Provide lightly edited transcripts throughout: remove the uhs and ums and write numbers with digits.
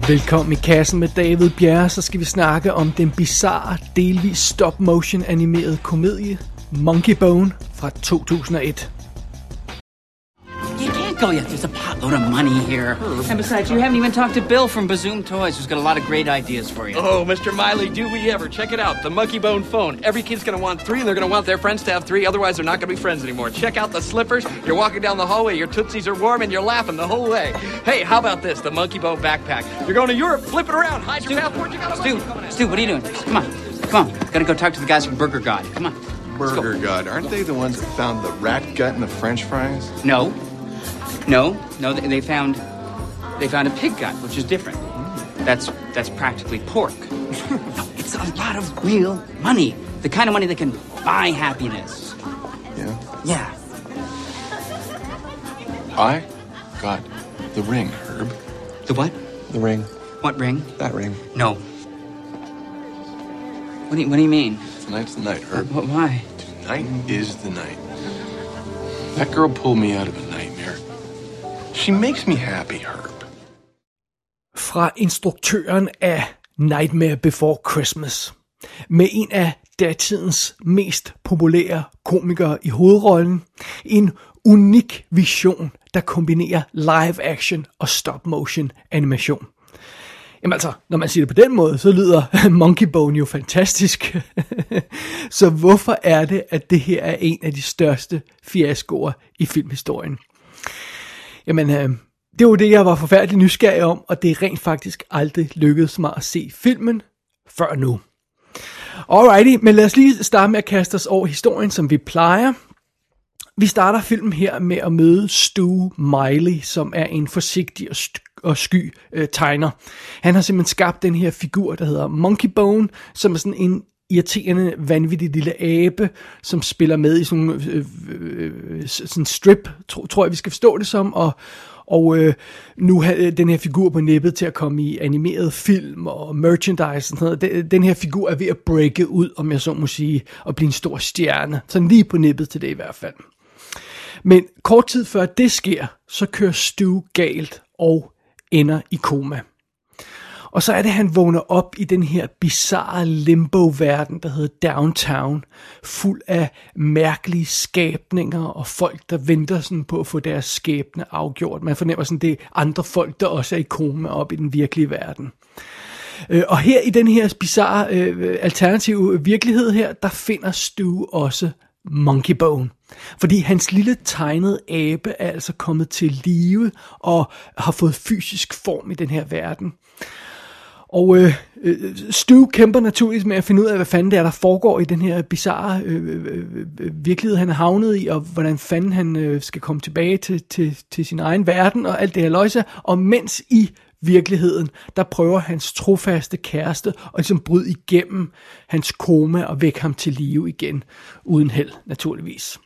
Velkommen i kassen med David Bjerre, så skal vi snakke om den bizarre, delvis stop-motion animerede komedie Monkey Bone fra 2001. You can't go yet. There's a potload of money here. And besides, you haven't even talked to Bill from Bazoom Toys, who's got a lot of great ideas for you. Oh, Mr. Miley, do we ever. Check it out. The Monkey Bone phone. Every kid's going to want 3, and they're going to want their friends to have 3. Otherwise, they're not going to be friends anymore. Check out the slippers. You're walking down the hallway. Your tootsies are warm, and you're laughing the whole way. Hey, how about this? The Monkey Bone backpack. You're going to Europe. Flip it around. Hide your passport. You got a Stu, what are you doing? Come on. Come on. Gotta go talk to the guys from Burger God. Come on. Burger God. Aren't they the ones that found the rat gut in the French fries? No, they found a pig gut, which is different. That's practically pork. No, it's a lot of real money. The kind of money that can buy happiness. Yeah. Yeah. I got the ring, Herb. The what? The ring. What ring? That ring. No. What do you mean? Tonight's the night, Herb. Why? Tonight is the night. That girl pulled me out of a nightmare. She makes me happy, Herb. Fra instruktøren af Nightmare Before Christmas. Med en af datidens mest populære komikere i hovedrollen. En unik vision, der kombinerer live action og stop motion animation. Jamen altså, når man siger det på den måde, så lyder Monkey Bone jo fantastisk. Så hvorfor er det, at det her er en af de største fiaskoer i filmhistorien? Jamen, det var det, jeg var forfærdelig nysgerrig om, og det er rent faktisk aldrig lykkedes mig at se filmen før nu. Alrighty, men lad os lige starte med at kaste os over historien, som vi plejer. Vi starter filmen her med at møde Stu Miley, som er en forsigtig og sky tegner. Han har simpelthen skabt den her figur, der hedder Monkey Bone, som er sådan en irriterende, vanvittig lille abe, som spiller med i sådan strip, tror jeg, vi skal forstå det som, og nu har den her figur på nippet til at komme i animeret film og merchandise og sådan noget. Den her figur er ved at breake ud, om jeg så må sige, og blive en stor stjerne. Sådan lige på nippet til det i hvert fald. Men kort tid før det sker, så kører Stu galt og ender i koma. Og så er det, han vågner op i den her bizarre limbo-verden, der hedder Downtown, fuld af mærkelige skabninger og folk, der venter sådan på at få deres skæbne afgjort. Man fornemmer sådan, det er andre folk, der også er i koma op i den virkelige verden. Og her i den her bizarre alternative virkelighed her, der finder Stu også Monkey Bone. Fordi hans lille tegnede abe er altså kommet til live og har fået fysisk form i den her verden. Og Stu kæmper naturligvis med at finde ud af, hvad fanden det er, der foregår i den her bizarre virkelighed, han er havnet i, og hvordan fanden han skal komme tilbage til sin egen verden, og alt det her løjse. Og mens i virkeligheden, der prøver hans trofaste kæreste at ligesom bryde igennem hans koma og vække ham til live igen, uden held naturligvis.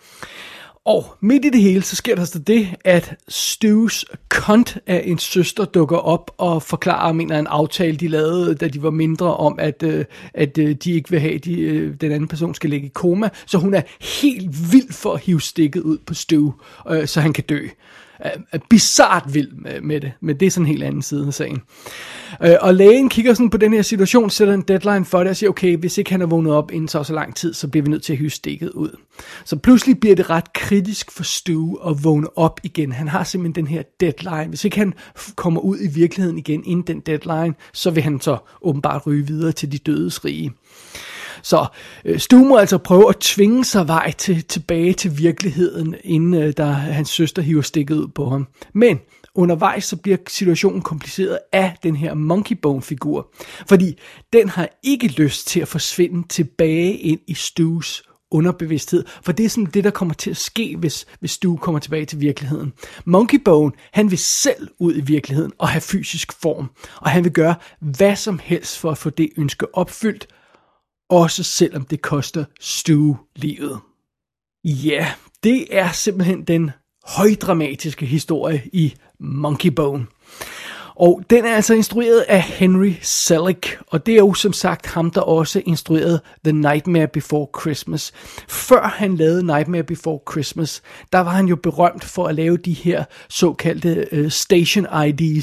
Og midt i det hele, så sker der så det, at Stu's kont af en søster dukker op og forklarer, mener en aftale, de lavede, da de var mindre, om at de ikke vil have, den anden person skal ligge i koma. Så hun er helt vild for at hive stikket ud på Stu, så han kan dø. Bizarrt vild med det, men det er sådan en helt anden side af sagen. Og lægen kigger sådan på den her situation, sætter en deadline for det og siger, okay, hvis ikke han er vågnet op inden så lang tid, så bliver vi nødt til at hive stikket ud. Så pludselig bliver det ret kritisk for Stu at vågne op igen. Han har simpelthen den her deadline. Hvis ikke han kommer ud i virkeligheden igen inden den deadline, så vil han så åbenbart ryge videre til de dødes rige. Så Stu må altså prøve at tvinge sig vej tilbage til virkeligheden, inden hans søster hiver stikket ud på ham. Men undervejs så bliver situationen kompliceret af den her Monkey Bone figur, fordi den har ikke lyst til at forsvinde tilbage ind i Stus underbevidsthed, for det er sådan det, der kommer til at ske, hvis Stu kommer tilbage til virkeligheden. Monkey Bone, han vil selv ud i virkeligheden og have fysisk form, og han vil gøre hvad som helst for at få det ønske opfyldt, også selvom det koster Stu livet. Ja, det er simpelthen den højdramatiske historie i Monkey Bone. Og den er altså instrueret af Henry Selick, og det er jo som sagt ham, der også instruerede The Nightmare Before Christmas. Før han lavede Nightmare Before Christmas, der var han jo berømt for at lave de her såkaldte station IDs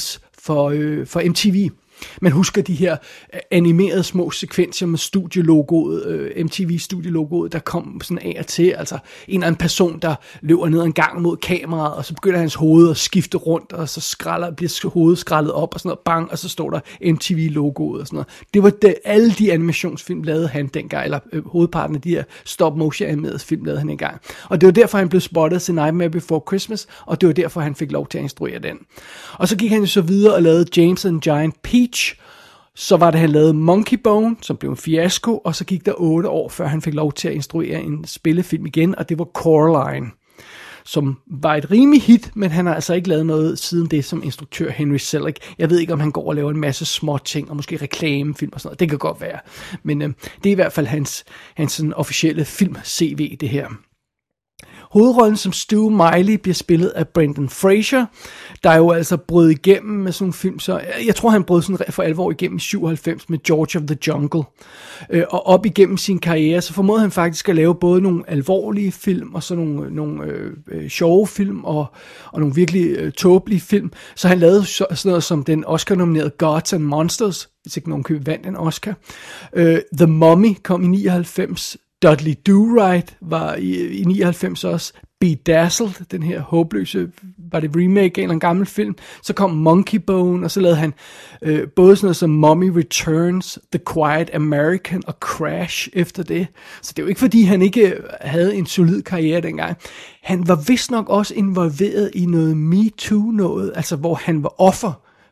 for MTV. Man husker de her animerede små sekvenser med studielogoet, MTV-studielogoet, der kom sådan af og til. Altså en eller anden person, der løber ned en gang mod kameraet, og så begynder hans hoved at skifte rundt, og så bliver hovedet skrællet op, og sådan noget, bang, og så står der MTV-logoet og sådan noget. Det var alle de animationsfilm lavede han dengang, eller hovedparten af de her stop-motion animerede film lavede han engang. Og det var derfor, han blev spottet til Nightmare Before Christmas, og det var derfor, han fik lov til at instruere den. Og så gik han jo så videre og lavede James and Giant Peach. Så var det, han lavede Monkey Bone, som blev en fiasko, og så gik der 8 år, før han fik lov til at instruere en spillefilm igen, og det var Coraline, som var et rimelig hit, men han har altså ikke lavet noget siden det som instruktør Henry Selick. Jeg ved ikke, om han går og laver en masse små ting, og måske reklamefilm og sådan noget. Det kan godt være. Men det er i hvert fald hans sådan officielle film-CV, det her. Hovedrollen som Stu Miley bliver spillet af Brendan Fraser, der er jo altså brød igennem med sådan nogle film, så jeg tror han brød sådan for alvor igennem i 97 med George of the Jungle. Og op igennem sin karriere, så formåede han faktisk at lave både nogle alvorlige film, og så nogle sjove film, og nogle virkelig tåbelige film. Så han lavede sådan noget som den Oscar-nominerede Gods and Monsters, hvis ikke nogen køb vandt en Oscar. The Mummy kom i 99, Dudley Do-Right var i 99 også, Bedazzled, den her håbløse, var det remake af en eller anden gammel film, så kom Monkey Bone, og så lavede han både sådan noget som Mummy Returns, The Quiet American og Crash efter det. Så det er jo ikke fordi han ikke havde en solid karriere dengang. Han var vist nok også involveret i noget MeToo noget, altså hvor han var offer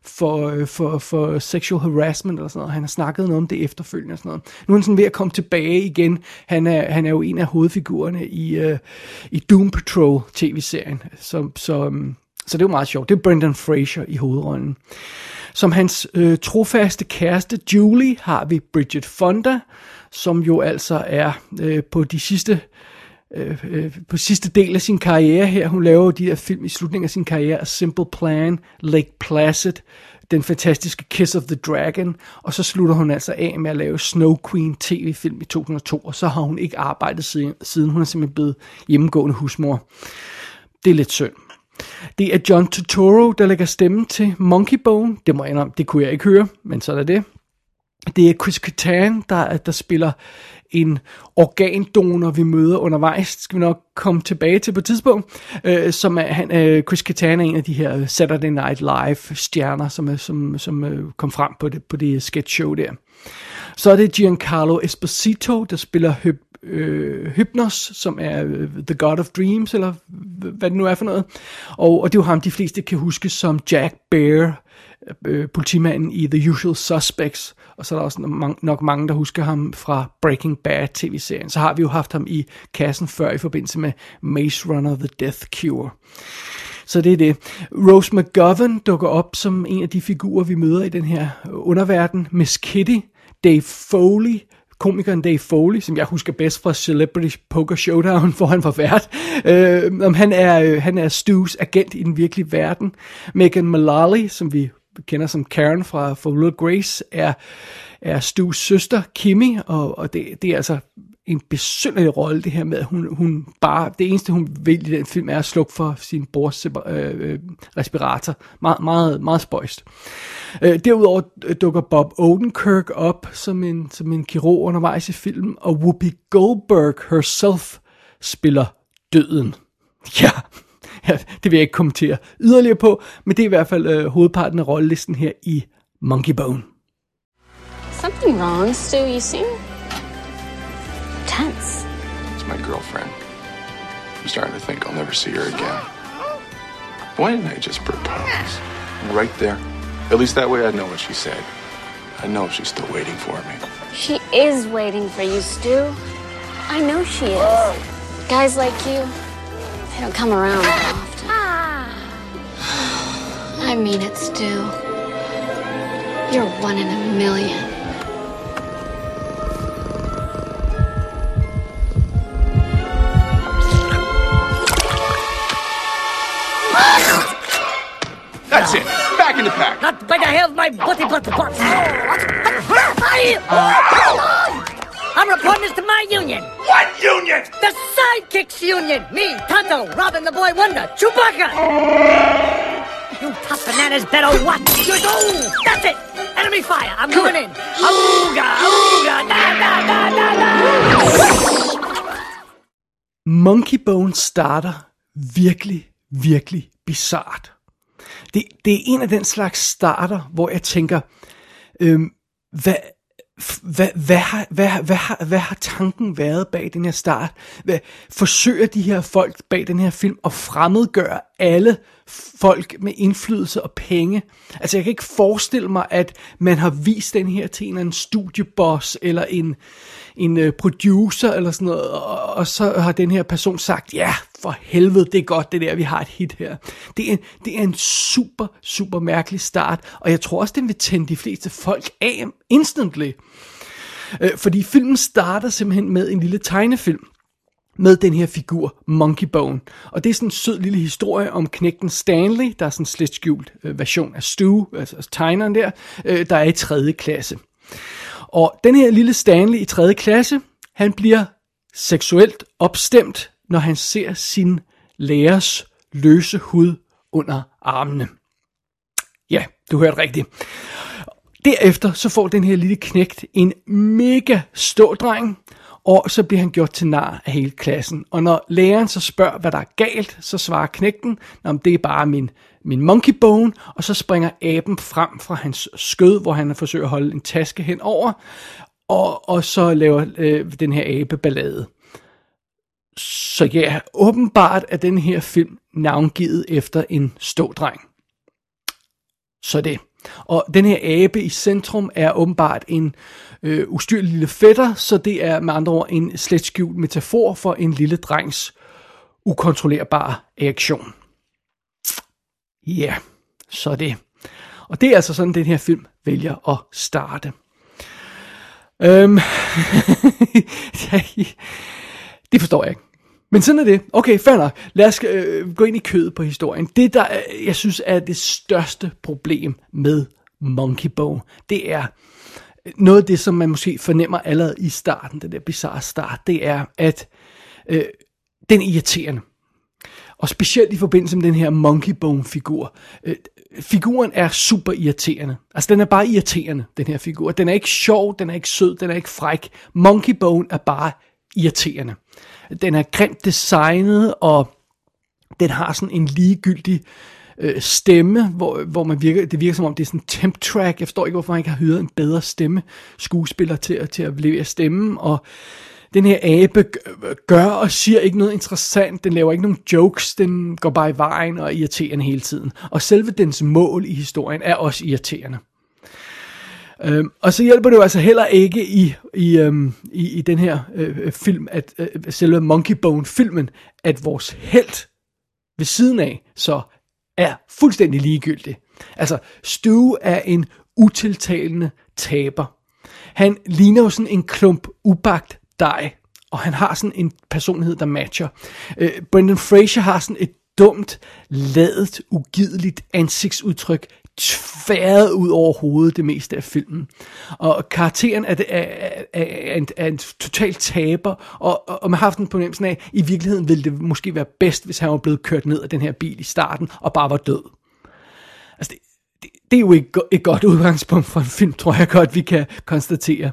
for sexual harassment eller sådan noget. Han har snakket noget om det efterfølgende og sådan noget. Nu er han sådan ved at komme tilbage igen. Han er jo en af hovedfigurerne i Doom Patrol tv-serien. Så det er jo meget sjovt. Det er Brendan Fraser i hovedrollen. Som hans trofaste kæreste Julie har vi Bridget Fonda, som jo altså er på sidste del af sin karriere her. Hun laver de her film i slutningen af sin karriere, A Simple Plan, Lake Placid, den fantastiske Kiss of the Dragon, og så slutter hun altså af med at lave Snow Queen tv-film i 2002, og så har hun ikke arbejdet siden. Hun er simpelthen blevet hjemmegående husmor. Det er lidt synd. Det er John Turturro, der lægger stemme til Monkey Bone. Det må jeg indrømme, det kunne jeg ikke høre, men så er det. Det er Chris Kattan, der spiller en organdonor, vi møder undervejs. Det skal vi nok komme tilbage til på et tidspunkt. Chris Kattan er en af de her Saturday Night Live-stjerner, som kom frem på det sketch-show der. Så er det Giancarlo Esposito, der spiller Hypnos, som er The God of Dreams, eller hvad det nu er for noget. Og det er jo ham, de fleste kan huske som Jack Bear, politimanden i The Usual Suspects, og så er der også nok mange, der husker ham fra Breaking Bad tv-serien. Så har vi jo haft ham i kassen før i forbindelse med Maze Runner The Death Cure. Så det er det. Rose McGovern dukker op som en af de figurer, vi møder i den her underverden. Miss Kitty, Dave Foley, komikeren Dave Foley, som jeg husker bedst fra Celebrity Poker Showdown, hvor han var vært. Han er Stu's agent i den virkelige verden. Megan Mullally, som vi kender som Karen fra Will & Grace, er Stu's søster Kimmy, og det er altså en besynderlig rolle, det her med, at hun bare, det eneste hun vil i den film, er at slukke for sin brors respirator. Meget, meget, meget spøjst. Derudover dukker Bob Odenkirk op som en kirurg undervejs i filmen, og Whoopi Goldberg herself spiller døden. Ja, det vil jeg ikke kommentere yderligere på, men det er i hvert fald hovedparten af rollelisten her i Monkey Bone. Something wrong, Stu, you seem tense. It's my girlfriend. I'm starting to think I'll never see her again. Why didn't I just propose? Right there. At least that way I'd know what she said. I know she's still waiting for me. She is waiting for you, Stu. I know she is. Guys like you, they don't come around that often. I mean it, Stu. You're one in a million. That's it. Back in the pack. Not by the hell of my butty. I'm reporting this to my union. What union? The Sidekicks Union. Me, Tonto, Robin the Boy Wonder, Chewbacca. You top bananas better watch. Oh, that's it. Enemy fire. I'm going in. Ooga, ooga, da, da, da, da, da. Monkey Bone starter virkelig, virkelig bizart. Det er en af den slags starter, hvor jeg tænker, hvad har tanken været bag den her start? Forsøger de her folk bag den her film at fremmedgøre alle folk med indflydelse og penge? Altså jeg kan ikke forestille mig, at man har vist den her til en studieboss eller en producer eller sådan noget, og så har den her person sagt, ja, for helvede, det er godt det der, vi har et hit her. Det er en super, super mærkelig start, og jeg tror også, den vil tænde de fleste folk af instantly. Fordi filmen starter simpelthen med en lille tegnefilm med den her figur, Monkey Bone. Og det er sådan en sød lille historie om knægten Stanley, der er sådan en slet skjult version af Stu, altså tegneren der er i 3. klasse. Og den her lille Stanley i 3. klasse, han bliver seksuelt opstemt, når han ser sin lærers løse hud under armene. Ja, du hørte rigtigt. Derefter så får den her lille knægt en mega stådreng, og så bliver han gjort til nar af hele klassen. Og når læreren så spørger, hvad der er galt, så svarer knægten, det er bare min monkey bone, og så springer aben frem fra hans skød, hvor han forsøger at holde en taske henover, og så laver den her abe ballade. Så ja, åbenbart er den her film navngivet efter en stådreng. Så det. Og den her abe i centrum er åbenbart en ustyrlig lille fætter, så det er med andre ord en slet skjult metafor for en lille drengs ukontrollerbare reaktion. Ja, så det. Og det er altså sådan, den her film vælger at starte. Det forstår jeg ikke. Men sådan er det. Okay, fair nok. Lad os gå ind i kødet på historien. Det, der jeg synes er det største problem med Monkey Bone, det er noget af det, som man måske fornemmer allerede i starten, den der bizarre start, det er, at den er irriterende. Og specielt i forbindelse med den her Monkey Bone-figur. Figuren er super irriterende. Altså, den er bare irriterende, den her figur. Den er ikke sjov, den er ikke sød, den er ikke fræk. Monkey Bone er bare irriterende. Den er grimt designet, og den har sådan en ligegyldig stemme, hvor det virker som om det er sådan en temp track. Jeg forstår ikke, hvorfor man ikke har hyret en bedre stemme skuespiller til at levere stemmen, og den her abe gør og siger ikke noget interessant, den laver ikke nogen jokes, den går bare i vejen og er irriterende hele tiden. Og selve dens mål i historien er også irriterende. Og så hjælper det jo altså heller ikke i den her film, at selve Monkey Bone-filmen, at vores helt ved siden af, så er fuldstændig ligegyldig. Altså, Stu er en utiltalende taber. Han ligner jo sådan en klump ubagt dej, og han har sådan en personlighed, der matcher. Brendan Fraser har sådan et dumt, ladet, ugideligt ansigtsudtryk, tværet ud over hovedet det meste af filmen. Og karakteren er en total taber, og man har haft en fornemmelse af, i virkeligheden ville det måske være bedst, hvis han var blevet kørt ned af den her bil i starten, og bare var død. Altså, det er jo ikke et godt udgangspunkt for en film, tror jeg godt, vi kan konstatere.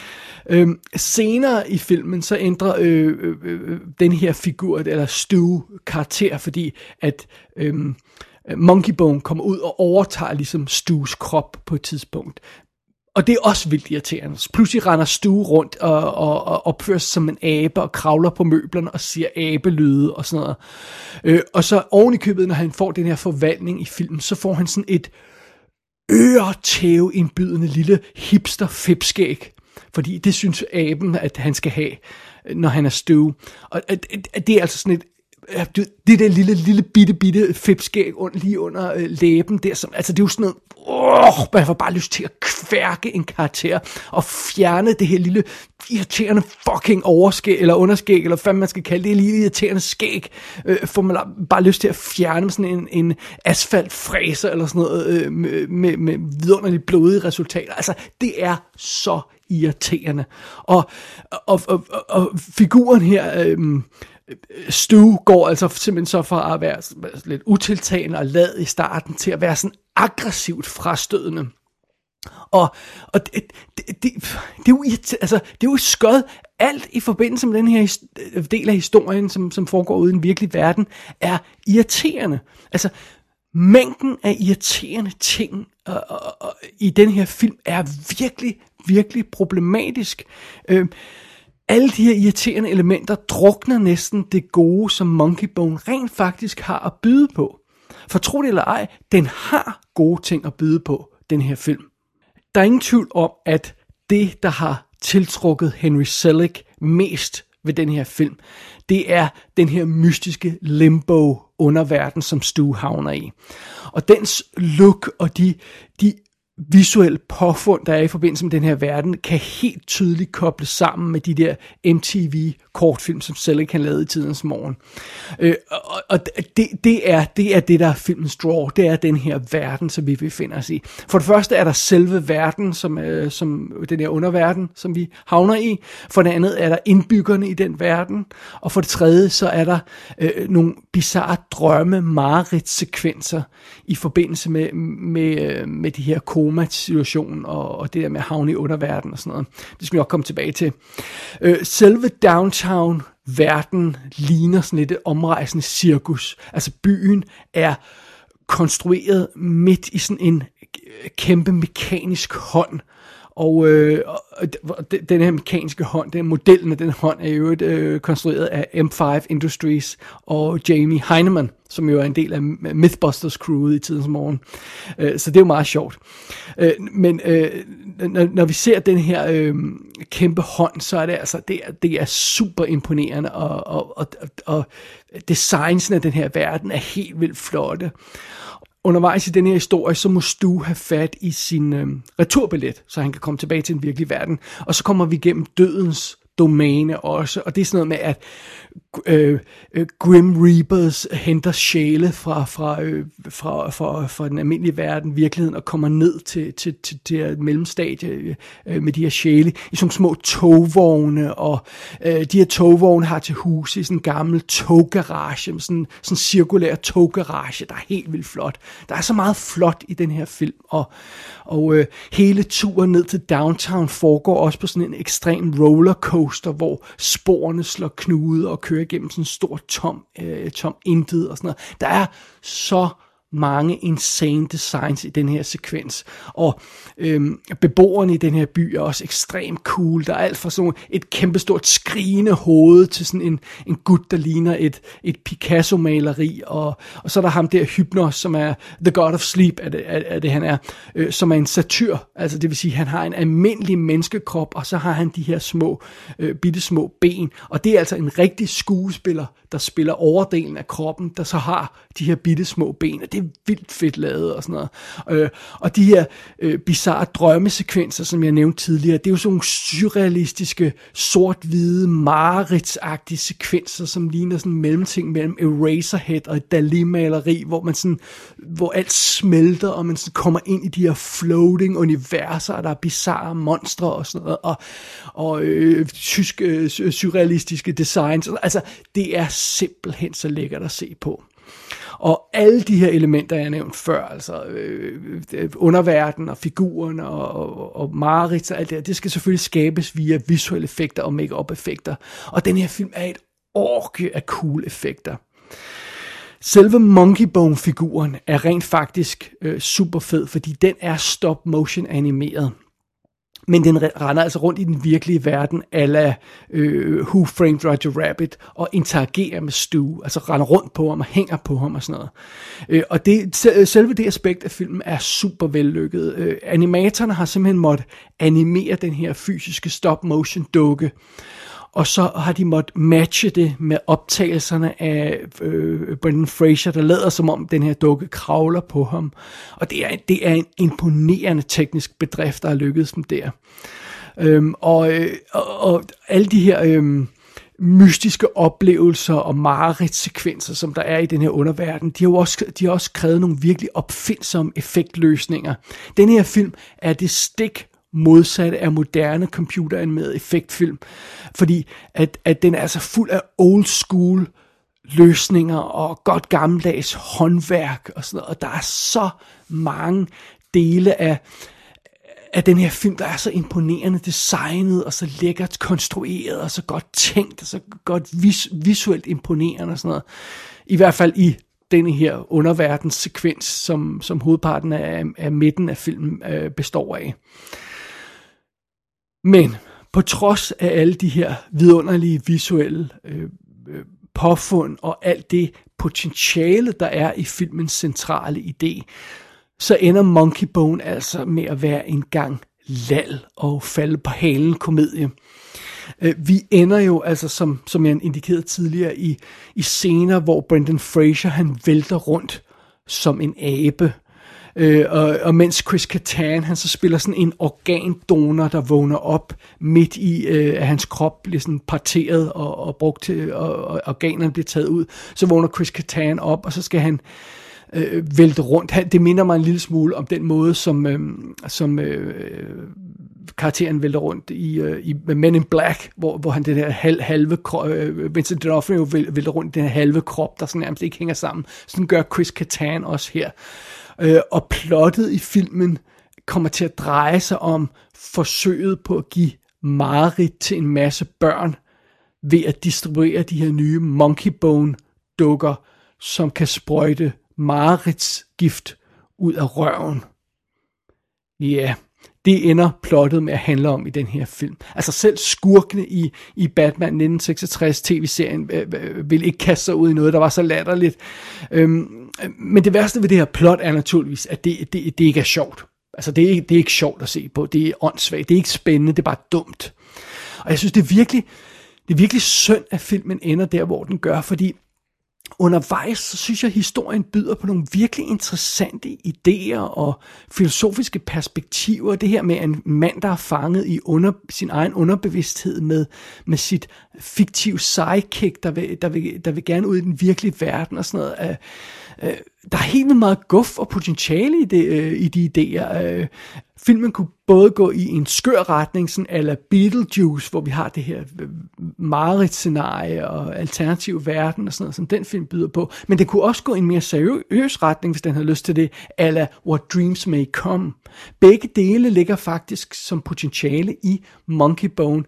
Senere i filmen så ændrer den her figur, eller Stu, karakter, fordi at Monkey Bone kommer ud og overtager ligesom Stus krop på et tidspunkt. Og det er også vildt irriterende. Pludselig render Stu rundt og opfører sig som en abe og kravler på møblerne og siger abelyde og sådan noget. Og så oven i købet, når han får den her forvandling i filmen, så får han sådan et øretæveindbydende lille hipster-fipskæg. Fordi det synes aben, at han skal have, når han er Stu. Og det er altså sådan et, det der lille bitte fipskæg lige under læben der, som, altså det er jo sådan noget, man får bare lyst til at kværke en karakter og fjerne det her lille irriterende fucking overskæg eller underskæg, eller hvad man skal kalde det, lille irriterende skæg, får man bare lyst til at fjerne med sådan en asfaltfræser eller sådan noget med vidunderligt blodige resultater. Altså det er så irriterende. Og figuren her, Stu går altså simpelthen så fra at være lidt utiltagende og lad i starten, til at være sådan aggressivt frastødende. Og det er jo skød alt i forbindelse med den her del af historien, som foregår ude i den virkelige verden, er irriterende. Altså, mængden af irriterende ting i den her film er virkelig, virkelig problematisk. Alle de her irriterende elementer drukner næsten det gode, som Monkey Bone rent faktisk har at byde på. For tro det eller ej, den har gode ting at byde på, den her film. Der er ingen tvivl om, at det, der har tiltrukket Henry Selick mest ved den her film, det er den her mystiske limbo-underverden, som Stu havner i. Og dens look og de visuelle påfund, der er i forbindelse med den her verden, kan helt tydeligt kobles sammen med de der MTV-kortfilm, som Selick han lavede i tidens morgen. Og det er det, der er filmens draw. Det er den her verden, som vi befinder os i. For det første er der selve verden, som den her underverden, som vi havner i. For det andet er der indbyggerne i den verden. Og for det tredje, så er der nogle bizarre drømme, mareridtssekvenser i forbindelse med de her koma-situation og det der med at havne i underverden og sådan noget. Det skal vi nok komme tilbage til. Selve downtown-verden ligner sådan lidt et omrejsende cirkus. Altså byen er konstrueret midt i sådan en kæmpe mekanisk hånd. Og den her mekaniske hånd, den modellen af den hånd er jo konstrueret af M5 Industries og Jamie Heineman, som jo er en del af Mythbusters crewet i tidens morgen. Så det er jo meget sjovt. Men når vi ser den her kæmpe hånd, så er det altså, det er super imponerende, og designsen af den her verden er helt vildt flotte. Undervejs i den her historie, så må Stu have fat i sin returbillet, så han kan komme tilbage til den virkelige verden. Og så kommer vi igennem dødens domæne også, og det er sådan noget med, at Grim Reapers henter sjæle fra den almindelige verden, virkeligheden, og kommer ned til det mellemstadie med de her sjæle i sådan små togvogne, og de her togvogne har til huse i sådan en gammel toggarage, sådan en cirkulær toggarage, der er helt vildt flot. Der er så meget flot i den her film, og hele turen ned til downtown foregår også på sådan en ekstrem rollercoaster, hvor sporene slår knude og kører igennem sådan en stor tom intet og sådan noget. Der er så mange insane designs i den her sekvens, og beboerne i den her by er også ekstremt cool. Der er alt fra sådan et kæmpestort skrigende hoved til sådan en gut, der ligner et Picasso-maleri, og så er der ham der Hypnos, som er The God of Sleep, er det han er, som er en satyr, altså det vil sige, han har en almindelig menneskekrop, og så har han de her bittesmå ben, og det er altså en rigtig skuespiller, der spiller overdelen af kroppen, der så har de her bittesmå ben, og det er vildt fedt lavet og sådan noget. Og de her bizarre drømmesekvenser, som jeg nævnte tidligere, det er jo sådan nogle surrealistiske, sort-hvide, mareridtsagtige sekvenser, som ligner sådan en mellemting mellem Eraserhead og et Dalí-maleri, hvor alt smelter, og man sådan kommer ind i de her floating universer, og der er bizarre monstre og sådan noget, og tyske surrealistiske designs. Altså, det er simpelthen så lækkert at se på. Og alle de her elementer, jeg nævnt før, altså underverden og figuren og mareridt og alt det, det skal selvfølgelig skabes via visuelle effekter og make-up effekter. Og den her film er et orgie af cool effekter. Selve Monkey Bone-figuren er rent faktisk super fed, fordi den er stop-motion animeret. Men den render altså rundt i den virkelige verden, a la Who Framed Roger Rabbit, og interagerer med Stu, altså render rundt på ham og hænger på ham og sådan noget. Og selve det aspekt af filmen er super vellykket. Animatorerne har simpelthen måttet animere den her fysiske stop-motion dukke, og så har de måttet matche det med optagelserne af Brendan Fraser, der lader som om den her dukke kravler på ham. Og det er en imponerende teknisk bedrift, der er lykkedes dem der. Og alle de her mystiske oplevelser og mareridtssekvenser, som der er i den her underverden, de har også krævet nogle virkelig opfindsomme effektløsninger. Den her film er det stik modsatte af moderne computeranimerede effektfilm, fordi at den er altså fuld af old school løsninger og godt gammeldags håndværk og sådan noget, og der er så mange dele af den her film, der er så imponerende designet og så lækkert konstrueret og så godt tænkt og så godt visuelt imponerende og sådan noget. I hvert fald i denne her underverdenssekvens, som hovedparten af midten af filmen består af. Men på trods af alle de her vidunderlige visuelle påfund og alt det potentiale, der er i filmens centrale idé, så ender Monkey Bone altså med at være en gang lal og falde på halen komedie. Vi ender jo altså, som jeg indikerede tidligere, i scener, hvor Brendan Fraser, han vælter rundt som en abe. Og mens Chris Kattan, han så spiller sådan en organdonor, der vågner op midt i, at hans krop bliver sådan parteret og brugt til, og organerne bliver taget ud, så vågner Chris Kattan op, og så skal han vælte rundt. Det minder mig en lille smule om den måde, som karakteren vælter rundt i Men in Black, hvor han den her halve Vincent D'Onofrio vælter rundt i den her halve krop, der sådan nærmest ikke hænger sammen. Sådan gør Chris Kattan også her. Og plottet i filmen kommer til at dreje sig om forsøget på at give mareridt til en masse børn ved at distribuere de her nye Monkey Bone dukker, som kan sprøjte mareridtsgift ud af røven. Ja, det ender plottet med at handle om i den her film. Altså selv skurkene i Batman 1966 tv-serien ville ikke kaste sig ud i noget, der var så latterligt. Men det værste ved det her plot er naturligvis, at det ikke er sjovt. Altså det er ikke sjovt at se på. Det er åndssvagt. Det er ikke spændende. Det er bare dumt. Og jeg synes, det er virkelig synd, at filmen ender der, hvor den gør, fordi undervejs, så synes jeg, at historien byder på nogle virkelig interessante idéer og filosofiske perspektiver. Det her med en mand, der er fanget i sin egen underbevidsthed med sit fiktive sidekick, der vil gerne ud i den virkelige verden og sådan noget. Der er helt vildt meget guf og potentiale i de idéer. Filmen kunne både gå i en skør retning, sådan a la Beetlejuice, hvor vi har det her mareridtscenarie og alternativ verden og sådan noget, som den film byder på. Men det kunne også gå i en mere seriøs retning, hvis den havde lyst til det, a la What Dreams May Come. Begge dele ligger faktisk som potentiale i Monkey Bone.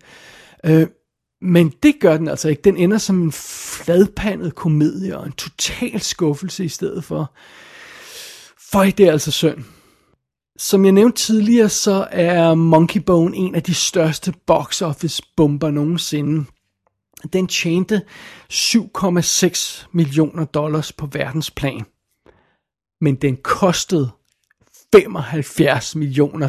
Men det gør den altså ikke. Den ender som en fladpandet komedie og en total skuffelse i stedet for. For det er altså synd. Som jeg nævnte tidligere, så er Monkey Bone en af de største box office bomber nogensinde. Den tjente $7,6 millioner på verdensplan. Men den kostede $75 millioner.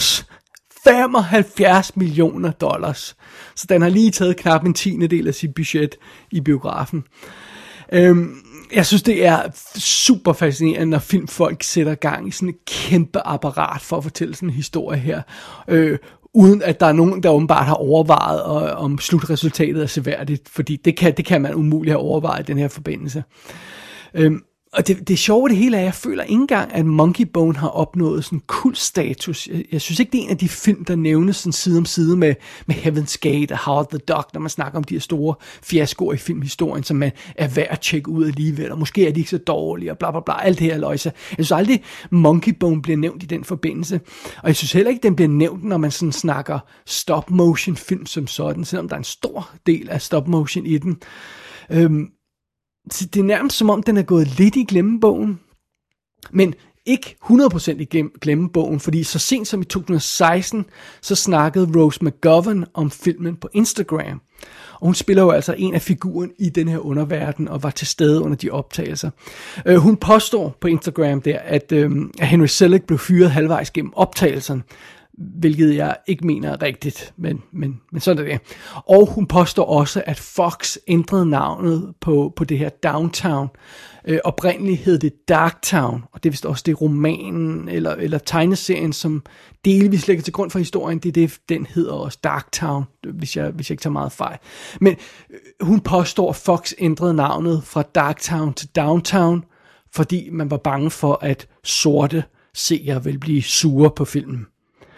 $75 millioner. Så den har lige taget knap en 10% af sit budget i biografen. Jeg synes, det er super fascinerende, når filmfolk sætter gang i sådan et kæmpe apparat for at fortælle sådan en historie her. Uden at der er nogen, der åbenbart har overvejet, om slutresultatet er seværdigt. Fordi det kan man umuligt have overvejet i den her forbindelse. Og det sjove det hele er, at jeg føler ikke engang, at Monkey Bone har opnået sådan en kultstatus. Jeg synes ikke, det er en af de film, der nævnes sådan side om side med Heaven's Gate og Howard the Duck, når man snakker om de her store fiaskoer i filmhistorien, som man er værd at tjekke ud alligevel, og måske er de ikke så dårlige, og bla bla bla, alt det her løjse. Jeg synes aldrig, Monkey Bone bliver nævnt i den forbindelse, og jeg synes heller ikke, den bliver nævnt, når man sådan snakker stop-motion film som sådan, selvom der er en stor del af stop-motion i den. Det er nærmest som om, den er gået lidt i glemmebogen, men ikke 100% i glemmebogen, fordi så sent som i 2016, så snakkede Rose McGowan om filmen på Instagram. Og hun spiller jo altså en af figurerne i den her underverden, og var til stede under de optagelser. Hun påstår på Instagram der, at Henry Selick blev fyret halvvejs gennem optagelserne, hvilket jeg ikke mener er rigtigt, men sådan er det. Og hun påstår også, at Fox ændrede navnet på det her Downtown. Oprindeligt hed det Darktown, og det er vist også det romanen eller tegneserien, som delvis ligger til grund for historien. Det er det, den hedder også, Darktown, hvis jeg ikke tager meget fejl. Men hun påstår, at Fox ændrede navnet fra Darktown til Downtown, fordi man var bange for, at sorte seere ville blive sure på filmen.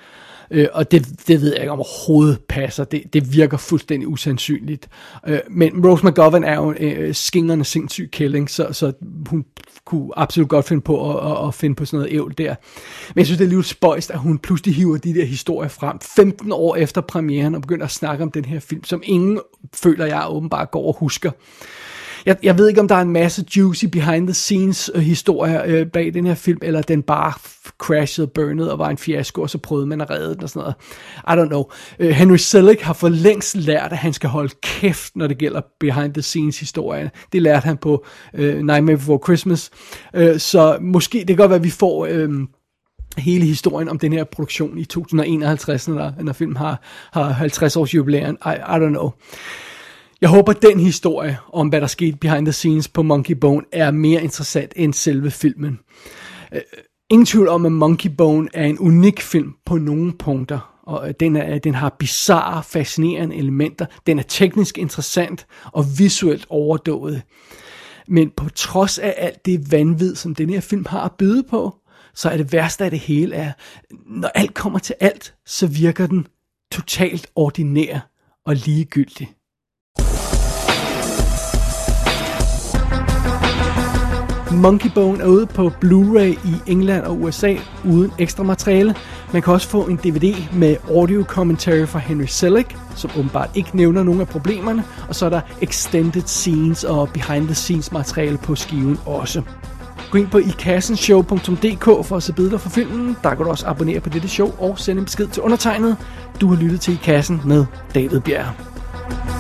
Og det ved jeg ikke om overhovedet passer. Det virker fuldstændig usandsynligt. Men Rose McGowan er jo skingrende sindssyg kælling, så hun kunne absolut godt finde på at finde på sådan noget ævl der. Men jeg synes, det er lidt spøjst, at hun pludselig hiver de der historier frem 15 år efter premieren og begynder at snakke om den her film, som ingen føler, jeg åbenbart går og husker. Jeg ved ikke, om der er en masse juicy behind-the-scenes historier bag den her film, eller den bare crashede, burnede og var en fiasko, og så prøvede man at redde den og sådan noget. I don't know. Henry Selick har for længst lært, at han skal holde kæft, når det gælder behind-the-scenes historier. Det lærte han på Nightmare Before Christmas. Så måske, det kan godt være, at vi får hele historien om den her produktion i 2051, når filmen har 50 års jubilæum. I don't know. Jeg håber, at den historie om, hvad der skete behind the scenes på Monkey Bone, er mere interessant end selve filmen. Ingen tvivl om, at Monkey Bone er en unik film på nogle punkter, og den har bizarre, fascinerende elementer. Den er teknisk interessant og visuelt overdået. Men på trods af alt det vanvid, som den her film har at byde på, så er det værste af det hele, at når alt kommer til alt, så virker den totalt ordinær og ligegyldig. Monkey Bone er ude på Blu-ray i England og USA uden ekstra materiale. Man kan også få en DVD med audio commentary fra Henry Selick, som åbenbart ikke nævner nogen af problemerne, og så er der extended scenes og behind the scenes materiale på skiven også. Gå ind på ikassenshow.dk for at se billeder fra filmen. Der kan du også abonnere på dette show og sende en besked til undertegnet. Du har lyttet til I Kassen med David Bjerg.